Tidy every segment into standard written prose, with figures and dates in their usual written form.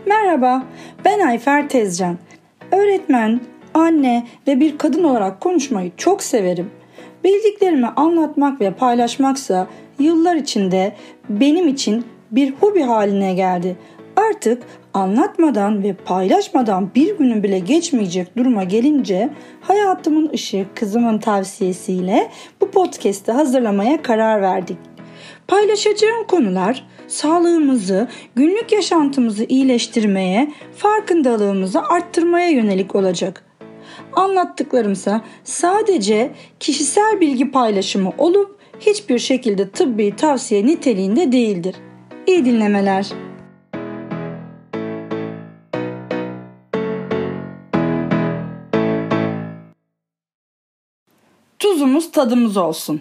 Merhaba, ben Ayfer Tezcan. Öğretmen, anne ve bir kadın olarak konuşmayı çok severim. Bildiklerimi anlatmak ve paylaşmaksa yıllar içinde benim için bir hobi haline geldi. Artık anlatmadan ve paylaşmadan bir günün bile geçmeyecek duruma gelince hayatımın ışığı kızımın tavsiyesiyle bu podcast'ı hazırlamaya karar verdik. Paylaşacağım konular sağlığımızı, günlük yaşantımızı iyileştirmeye, farkındalığımızı arttırmaya yönelik olacak. Anlattıklarımsa sadece kişisel bilgi paylaşımı olup hiçbir şekilde tıbbi tavsiye niteliğinde değildir. İyi dinlemeler. Tuzumuz tadımız olsun.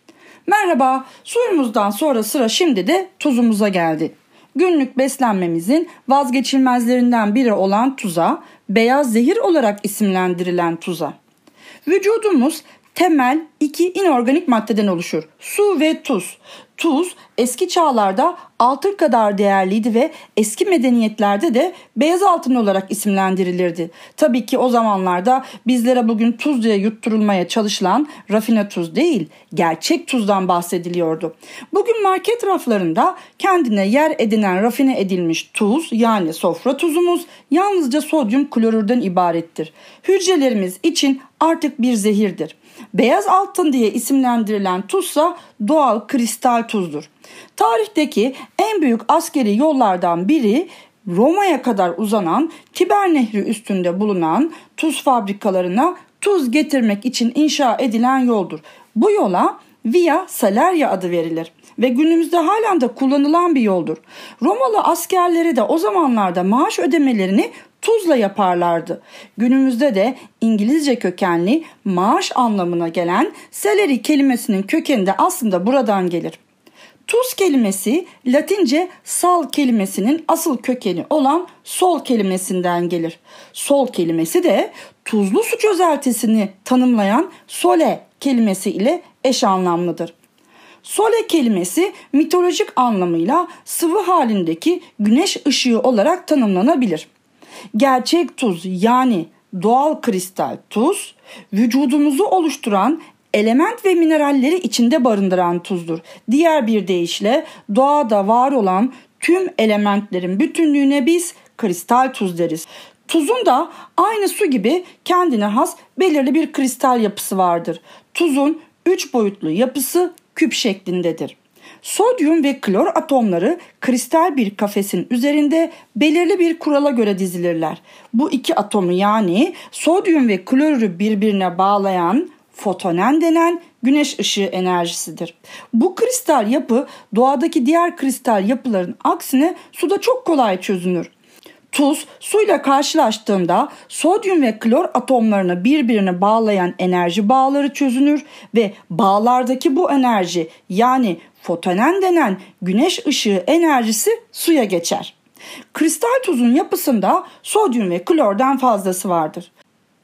Merhaba, suyumuzdan sonra sıra şimdi de tuzumuza geldi. Günlük beslenmemizin vazgeçilmezlerinden biri olan tuza, beyaz zehir olarak isimlendirilen tuza. Vücudumuz temel iki inorganik maddeden oluşur. Su ve tuz. Tuz eski çağlarda altın kadar değerliydi ve eski medeniyetlerde de beyaz altın olarak isimlendirilirdi. Tabii ki o zamanlarda bizlere bugün tuz diye yutturulmaya çalışılan rafine tuz değil, gerçek tuzdan bahsediliyordu. Bugün market raflarında kendine yer edinen rafine edilmiş tuz yani sofra tuzumuz yalnızca sodyum klorürden ibarettir. Hücrelerimiz için artık bir zehirdir. Beyaz altın diye isimlendirilen tuzsa doğal kristal tuzdur. Tarihteki en büyük askeri yollardan biri Roma'ya kadar uzanan Tiber Nehri üstünde bulunan tuz fabrikalarına tuz getirmek için inşa edilen yoldur. Bu yola Via Salaria adı verilir ve günümüzde halen de kullanılan bir yoldur. Romalı askerleri de o zamanlarda maaş ödemelerini tuzla yaparlardı. Günümüzde de İngilizce kökenli maaş anlamına gelen salary kelimesinin kökeni de aslında buradan gelir. Tuz kelimesi Latince sal kelimesinin asıl kökeni olan sol kelimesinden gelir. Sol kelimesi de tuzlu su çözeltisini tanımlayan sole kelimesi ile eş anlamlıdır. Sole kelimesi mitolojik anlamıyla sıvı halindeki güneş ışığı olarak tanımlanabilir. Gerçek tuz yani doğal kristal tuz, vücudumuzu oluşturan element ve mineralleri içinde barındıran tuzdur. Diğer bir deyişle doğada var olan tüm elementlerin bütünlüğüne biz kristal tuz deriz. Tuzun da aynı su gibi kendine has belirli bir kristal yapısı vardır. Tuzun 3 boyutlu yapısı küp şeklindedir. Sodyum ve klor atomları kristal bir kafesin üzerinde belirli bir kurala göre dizilirler. Bu iki atomu yani sodyum ve klorürü birbirine bağlayan fotonen denen güneş ışığı enerjisidir. Bu kristal yapı doğadaki diğer kristal yapıların aksine suda çok kolay çözünür. Tuz suyla karşılaştığında sodyum ve klor atomlarını birbirine bağlayan enerji bağları çözünür ve bağlardaki bu enerji yani fotonen denen güneş ışığı enerjisi suya geçer. Kristal tuzun yapısında sodyum ve klordan fazlası vardır.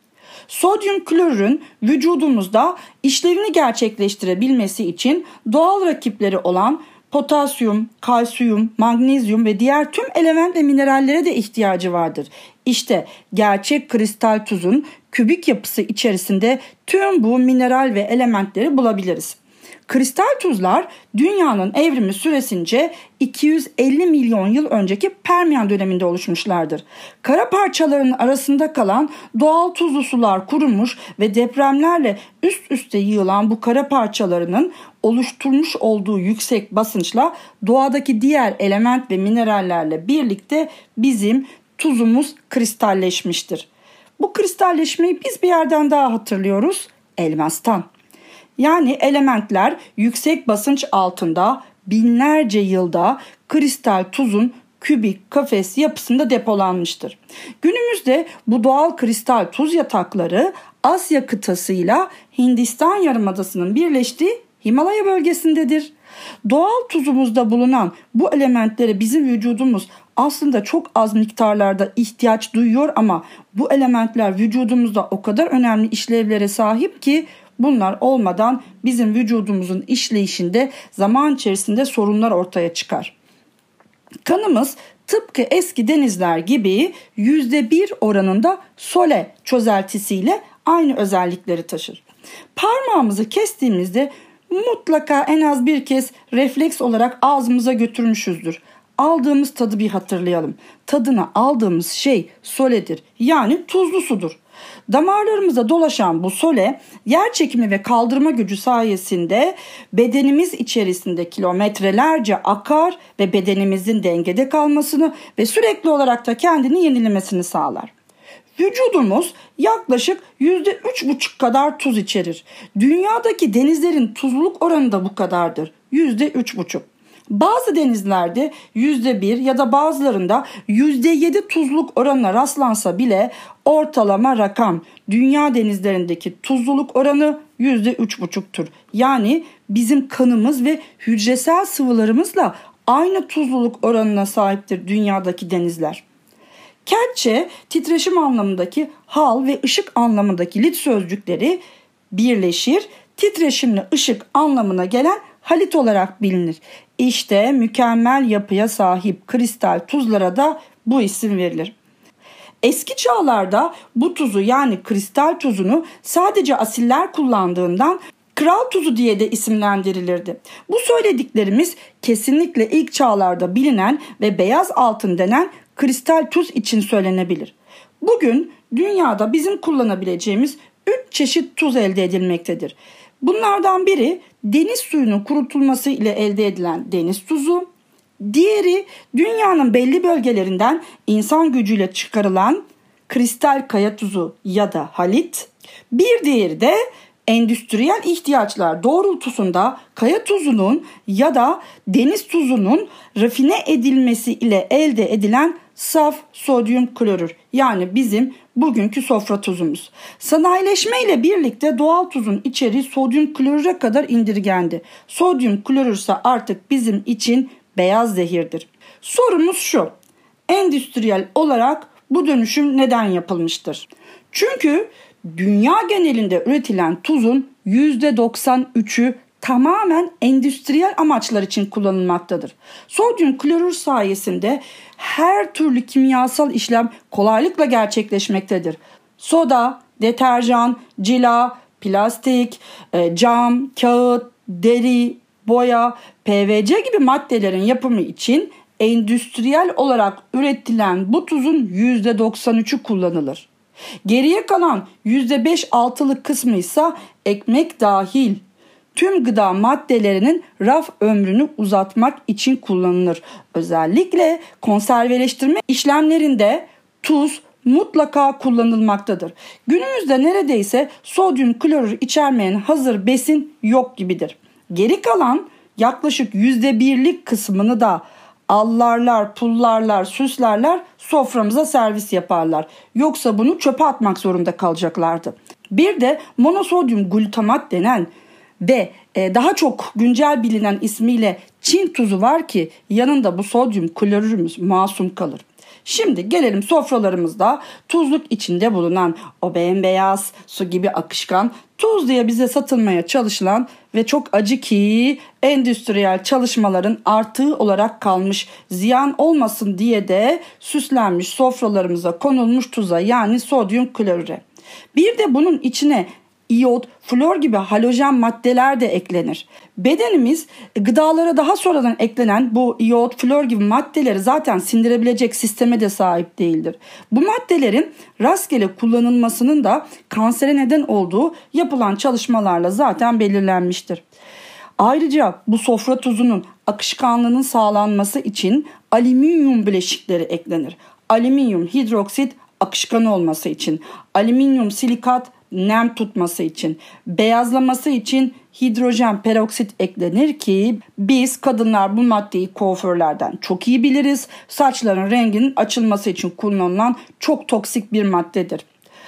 Sodyum klorürün vücudumuzda işlevini gerçekleştirebilmesi için doğal rakipleri olan potasyum, kalsiyum, magnezyum ve diğer tüm element ve minerallere de ihtiyacı vardır. İşte gerçek kristal tuzun kübik yapısı içerisinde tüm bu mineral ve elementleri bulabiliriz. Kristal tuzlar dünyanın evrimi süresince 250 milyon yıl önceki Permiyan döneminde oluşmuşlardır. Kara parçalarının arasında kalan doğal tuzlu sular kurumuş ve depremlerle üst üste yığılan bu kara parçalarının oluşturmuş olduğu yüksek basınçla doğadaki diğer element ve minerallerle birlikte bizim tuzumuz kristalleşmiştir. Bu kristalleşmeyi biz bir yerden daha hatırlıyoruz, elmastan. Yani elementler yüksek basınç altında binlerce yılda kristal tuzun kübik kafes yapısında depolanmıştır. Günümüzde bu doğal kristal tuz yatakları Asya kıtasıyla Hindistan yarımadasının birleştiği Himalaya bölgesindedir. Doğal tuzumuzda bulunan bu elementlere bizim vücudumuz aslında çok az miktarlarda ihtiyaç duyuyor ama bu elementler vücudumuzda o kadar önemli işlevlere sahip ki bunlar olmadan bizim vücudumuzun işleyişinde zaman içerisinde sorunlar ortaya çıkar. Kanımız tıpkı eski denizler gibi %1 oranında sole çözeltisiyle aynı özellikleri taşır. Parmağımızı kestiğimizde mutlaka en az bir kez refleks olarak ağzımıza götürmüşüzdür. Aldığımız tadı bir hatırlayalım. Tadına aldığımız şey soledir, yani tuzlu sudur. Damarlarımıza dolaşan bu sole yer çekimi ve kaldırma gücü sayesinde bedenimiz içerisinde kilometrelerce akar ve bedenimizin dengede kalmasını ve sürekli olarak da kendini yenilemesini sağlar. Vücudumuz yaklaşık %3,5 kadar tuz içerir. Dünyadaki denizlerin tuzluluk oranı da bu kadardır. %3,5. Bazı denizlerde %1 ya da bazılarında %7 tuzluluk oranına rastlansa bile ortalama rakam dünya denizlerindeki tuzluluk oranı %3,5'tur. Yani bizim kanımız ve hücresel sıvılarımızla aynı tuzluluk oranına sahiptir dünyadaki denizler. Keltçe titreşim anlamındaki hal ve ışık anlamındaki lit sözcükleri birleşir. Titreşimli ışık anlamına gelen halit olarak bilinir. İşte mükemmel yapıya sahip kristal tuzlara da bu isim verilir. Eski çağlarda bu tuzu, yani kristal tuzunu sadece asiller kullandığından kral tuzu diye de isimlendirilirdi. Bu söylediklerimiz kesinlikle ilk çağlarda bilinen ve beyaz altın denen kristal tuz için söylenebilir. Bugün dünyada bizim kullanabileceğimiz 3 çeşit tuz elde edilmektedir. Bunlardan biri deniz suyunun kurutulması ile elde edilen deniz tuzu. Diğeri dünyanın belli bölgelerinden insan gücüyle çıkarılan kristal kaya tuzu ya da halit. Bir diğeri de endüstriyel ihtiyaçlar doğrultusunda kaya tuzunun ya da deniz tuzunun rafine edilmesi ile elde edilen saf sodyum klorür, yani bizim bugünkü sofra tuzumuz. Sanayileşme ile birlikte doğal tuzun içeriği sodyum klorüre kadar indirgendi. Sodyum klorür ise artık bizim için beyaz zehirdir. Sorumuz şu: endüstriyel olarak bu dönüşüm neden yapılmıştır? Çünkü dünya genelinde üretilen tuzun %93'ü tamamen endüstriyel amaçlar için kullanılmaktadır. Sodyum klorür sayesinde her türlü kimyasal işlem kolaylıkla gerçekleşmektedir. Soda, deterjan, cila, plastik, cam, kağıt, deri, boya, PVC gibi maddelerin yapımı için endüstriyel olarak üretilen bu tuzun %93'ü kullanılır. Geriye kalan %5-6'lık kısmı ise ekmek dahil tüm gıda maddelerinin raf ömrünü uzatmak için kullanılır. Özellikle konserveleştirme işlemlerinde tuz mutlaka kullanılmaktadır. Günümüzde neredeyse sodyum klorür içermeyen hazır besin yok gibidir. Geri kalan yaklaşık %1'lik kısmını da allarlar, pullarlar, süslerler, soframıza servis yaparlar. Yoksa bunu çöpe atmak zorunda kalacaklardı. Bir de monosodyum glutamat denen ve daha çok güncel bilinen ismiyle Çin tuzu var ki yanında bu sodyum klorürümüz masum kalır. Şimdi gelelim sofralarımızda tuzluk içinde bulunan o bembeyaz su gibi akışkan tuz diye bize satılmaya çalışılan ve çok acı ki endüstriyel çalışmaların artığı olarak kalmış, ziyan olmasın diye de süslenmiş sofralarımıza konulmuş tuza, yani sodyum klorüre. Bir de bunun içine iyot, flor gibi halojen maddeler de eklenir. Bedenimiz gıdalara daha sonradan eklenen bu iyot, flor gibi maddeleri zaten sindirebilecek sisteme de sahip değildir. Bu maddelerin rastgele kullanılmasının da kansere neden olduğu yapılan çalışmalarla zaten belirlenmiştir. Ayrıca bu sofra tuzunun akışkanlığının sağlanması için alüminyum bileşikleri eklenir. Alüminyum hidroksit akışkan olması için, alüminyum silikat nem tutması için, beyazlaması için hidrojen peroksit eklenir ki biz kadınlar bu maddeyi kuaförlerden çok iyi biliriz. Saçların renginin açılması için kullanılan çok toksik bir maddedir.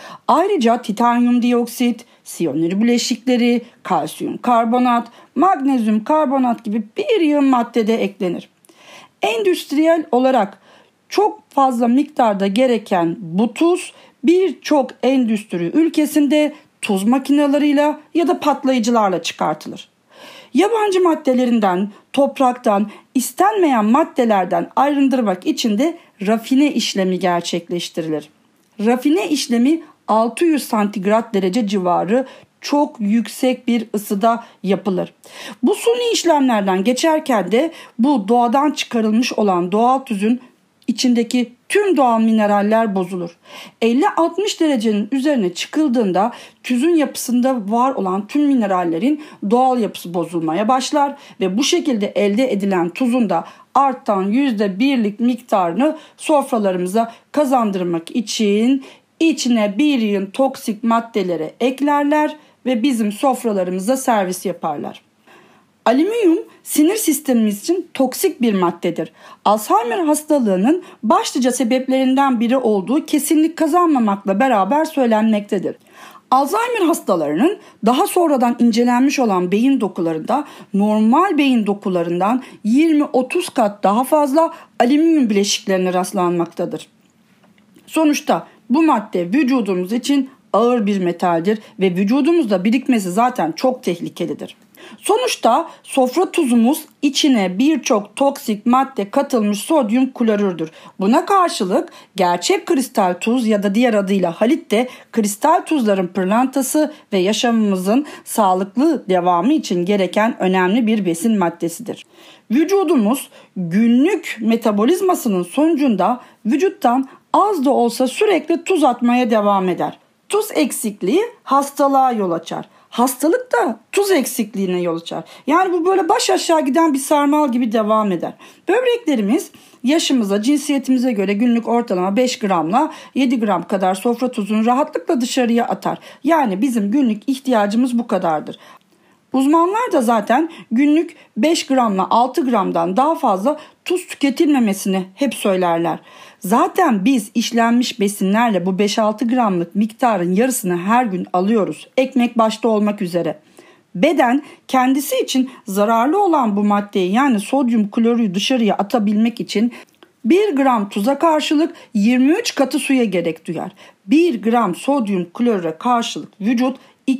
Ayrıca titanyum dioksit, siyanür bileşikleri, kalsiyum karbonat, magnezyum karbonat gibi bir yığın madde de eklenir. Endüstriyel olarak çok fazla miktarda gereken bu tuz birçok endüstri ülkesinde tuz makineleriyle ya da patlayıcılarla çıkartılır. Yabancı maddelerinden, topraktan, istenmeyen maddelerden arındırmak için de rafine işlemi gerçekleştirilir. Rafine işlemi 600 santigrat derece civarı çok yüksek bir ısıda yapılır. Bu suni işlemlerden geçerken de bu doğadan çıkarılmış olan doğal tuzun içindeki tüm doğal mineraller bozulur. 50-60 derecenin üzerine çıkıldığında tuzun yapısında var olan tüm minerallerin doğal yapısı bozulmaya başlar ve bu şekilde elde edilen tuzun da artan %1'lik miktarını sofralarımıza kazandırmak için içine bir yığın toksik maddeleri eklerler ve bizim sofralarımıza servis yaparlar. Alüminyum sinir sistemimiz için toksik bir maddedir. Alzheimer hastalığının başlıca sebeplerinden biri olduğu kesinlik kazanmamakla beraber söylenmektedir. Alzheimer hastalarının daha sonradan incelenmiş olan beyin dokularında normal beyin dokularından 20-30 kat daha fazla alüminyum bileşiklerine rastlanmaktadır. Sonuçta bu madde vücudumuz için ağır bir metaldir ve vücudumuzda birikmesi zaten çok tehlikelidir. Sonuçta sofra tuzumuz içine birçok toksik madde katılmış sodyum klorürdür. Buna karşılık gerçek kristal tuz ya da diğer adıyla halit de kristal tuzların pırlantası ve yaşamımızın sağlıklı devamı için gereken önemli bir besin maddesidir. Vücudumuz günlük metabolizmasının sonucunda vücuttan az da olsa sürekli tuz atmaya devam eder. Tuz eksikliği hastalığa yol açar. Hastalık da tuz eksikliğine yol açar. Yani bu böyle baş aşağı giden bir sarmal gibi devam eder. Böbreklerimiz yaşımıza, cinsiyetimize göre günlük ortalama 5 gramla 7 gram kadar sofra tuzunu rahatlıkla dışarıya atar. Yani bizim günlük ihtiyacımız bu kadardır. Uzmanlar da zaten günlük 5 gramla 6 gramdan daha fazla tuz tüketilmemesini hep söylerler. Zaten biz işlenmiş besinlerle bu 5-6 gramlık miktarın yarısını her gün alıyoruz. Ekmek başta olmak üzere. Beden kendisi için zararlı olan bu maddeyi yani sodyum klorürü dışarıya atabilmek için 1 gram tuza karşılık 23 katı suya gerek duyar. 1 gram sodyum klorüre karşılık vücut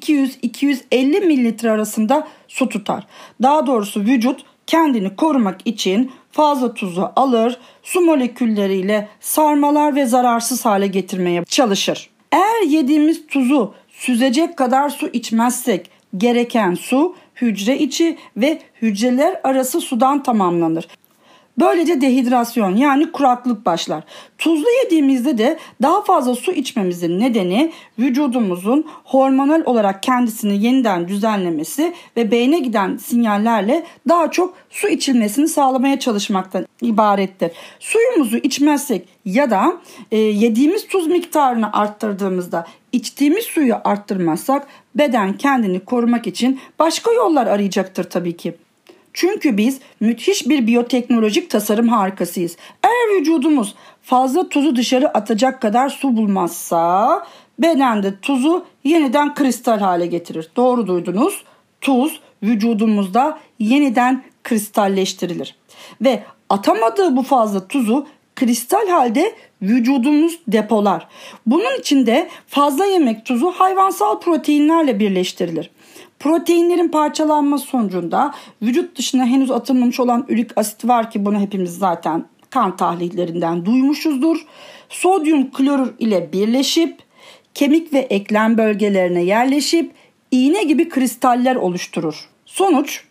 200-250 mililitre arasında su tutar. Daha doğrusu vücut kendini korumak için fazla tuzu alır, su molekülleriyle sarmalar ve zararsız hale getirmeye çalışır. Eğer yediğimiz tuzu süzecek kadar su içmezsek gereken su hücre içi ve hücreler arası sudan tamamlanır. Böylece dehidrasyon yani kuraklık başlar. Tuzlu yediğimizde de daha fazla su içmemizin nedeni vücudumuzun hormonal olarak kendisini yeniden düzenlemesi ve beyne giden sinyallerle daha çok su içilmesini sağlamaya çalışmaktan ibarettir. Suyumuzu içmezsek ya da yediğimiz tuz miktarını arttırdığımızda içtiğimiz suyu arttırmazsak beden kendini korumak için başka yollar arayacaktır tabii ki. Çünkü biz müthiş bir biyoteknolojik tasarım harikasıyız. Eğer vücudumuz fazla tuzu dışarı atacak kadar su bulmazsa bedende tuzu yeniden kristal hale getirir. Doğru duydunuz. Tuz vücudumuzda yeniden kristalleştirilir. Ve atamadığı bu fazla tuzu kristal halde vücudumuz depolar. Bunun için de fazla yemek tuzu hayvansal proteinlerle birleştirilir. Proteinlerin parçalanması sonucunda vücut dışına henüz atılmamış olan ürik asit var ki bunu hepimiz zaten kan tahlillerinden duymuşuzdur. Sodyum klorür ile birleşip kemik ve eklem bölgelerine yerleşip iğne gibi kristaller oluşturur. Sonuç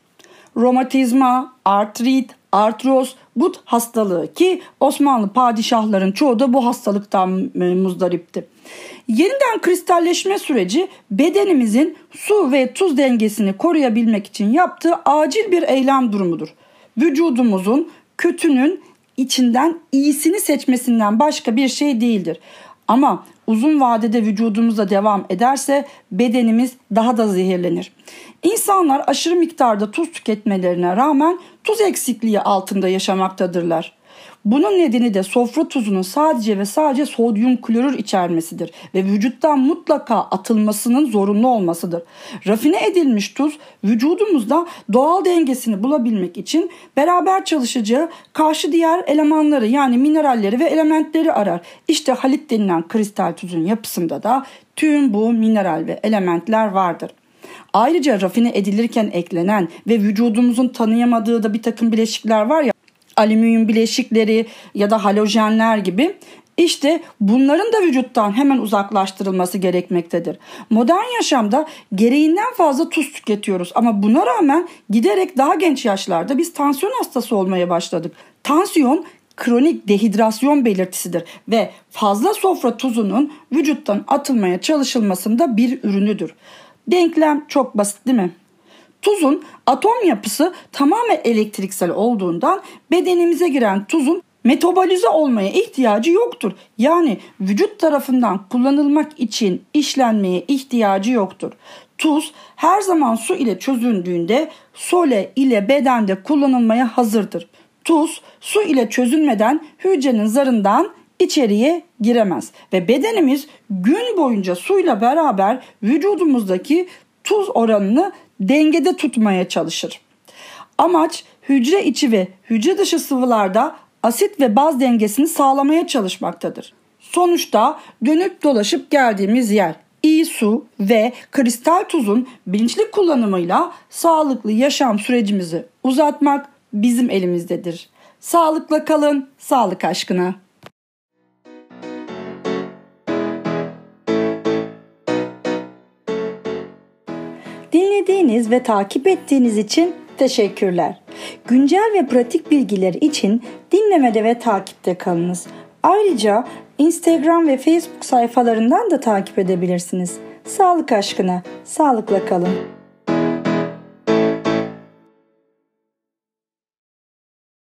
romatizma, artrit, artroz, gut hastalığı ki Osmanlı padişahların çoğu da bu hastalıktan muzdaripti. Yeniden kristalleşme süreci bedenimizin su ve tuz dengesini koruyabilmek için yaptığı acil bir eylem durumudur. Vücudumuzun kötünün içinden iyisini seçmesinden başka bir şey değildir. Ama uzun vadede vücudumuzda devam ederse bedenimiz daha da zehirlenir. İnsanlar aşırı miktarda tuz tüketmelerine rağmen tuz eksikliği altında yaşamaktadırlar. Bunun nedeni de sofra tuzunun sadece ve sadece sodyum klorür içermesidir ve vücuttan mutlaka atılmasının zorunlu olmasıdır. Rafine edilmiş tuz vücudumuzda doğal dengesini bulabilmek için beraber çalışacağı karşı diğer elemanları yani mineralleri ve elementleri arar. İşte halit denilen kristal tuzun yapısında da tüm bu mineral ve elementler vardır. Ayrıca rafine edilirken eklenen ve vücudumuzun tanıyamadığı da bir takım bileşikler var ya, alüminyum bileşikleri ya da halojenler gibi. İşte bunların da vücuttan hemen uzaklaştırılması gerekmektedir. Modern yaşamda gereğinden fazla tuz tüketiyoruz ama buna rağmen giderek daha genç yaşlarda biz tansiyon hastası olmaya başladık. Tansiyon kronik dehidrasyon belirtisidir ve fazla sofra tuzunun vücuttan atılmaya çalışılmasında bir ürünüdür. Denklem çok basit değil mi? Tuzun atom yapısı tamamen elektriksel olduğundan bedenimize giren tuzun metabolize olmaya ihtiyacı yoktur. Yani vücut tarafından kullanılmak için işlenmeye ihtiyacı yoktur. Tuz her zaman su ile çözüldüğünde sole ile bedende kullanılmaya hazırdır. Tuz su ile çözülmeden hücrenin zarından içeriye giremez ve bedenimiz gün boyunca suyla beraber vücudumuzdaki tuz oranını dengede tutmaya çalışır. Amaç hücre içi ve hücre dışı sıvılarda asit ve baz dengesini sağlamaya çalışmaktadır. Sonuçta dönüp dolaşıp geldiğimiz yer iyi su ve kristal tuzun bilinçli kullanımıyla sağlıklı yaşam sürecimizi uzatmak bizim elimizdedir. Sağlıkla kalın, sağlık aşkına. Dinlediğiniz ve takip ettiğiniz için teşekkürler. Güncel ve pratik bilgiler için dinlemede ve takipte kalınız. Ayrıca Instagram ve Facebook sayfalarından da takip edebilirsiniz. Sağlık aşkına, sağlıkla kalın.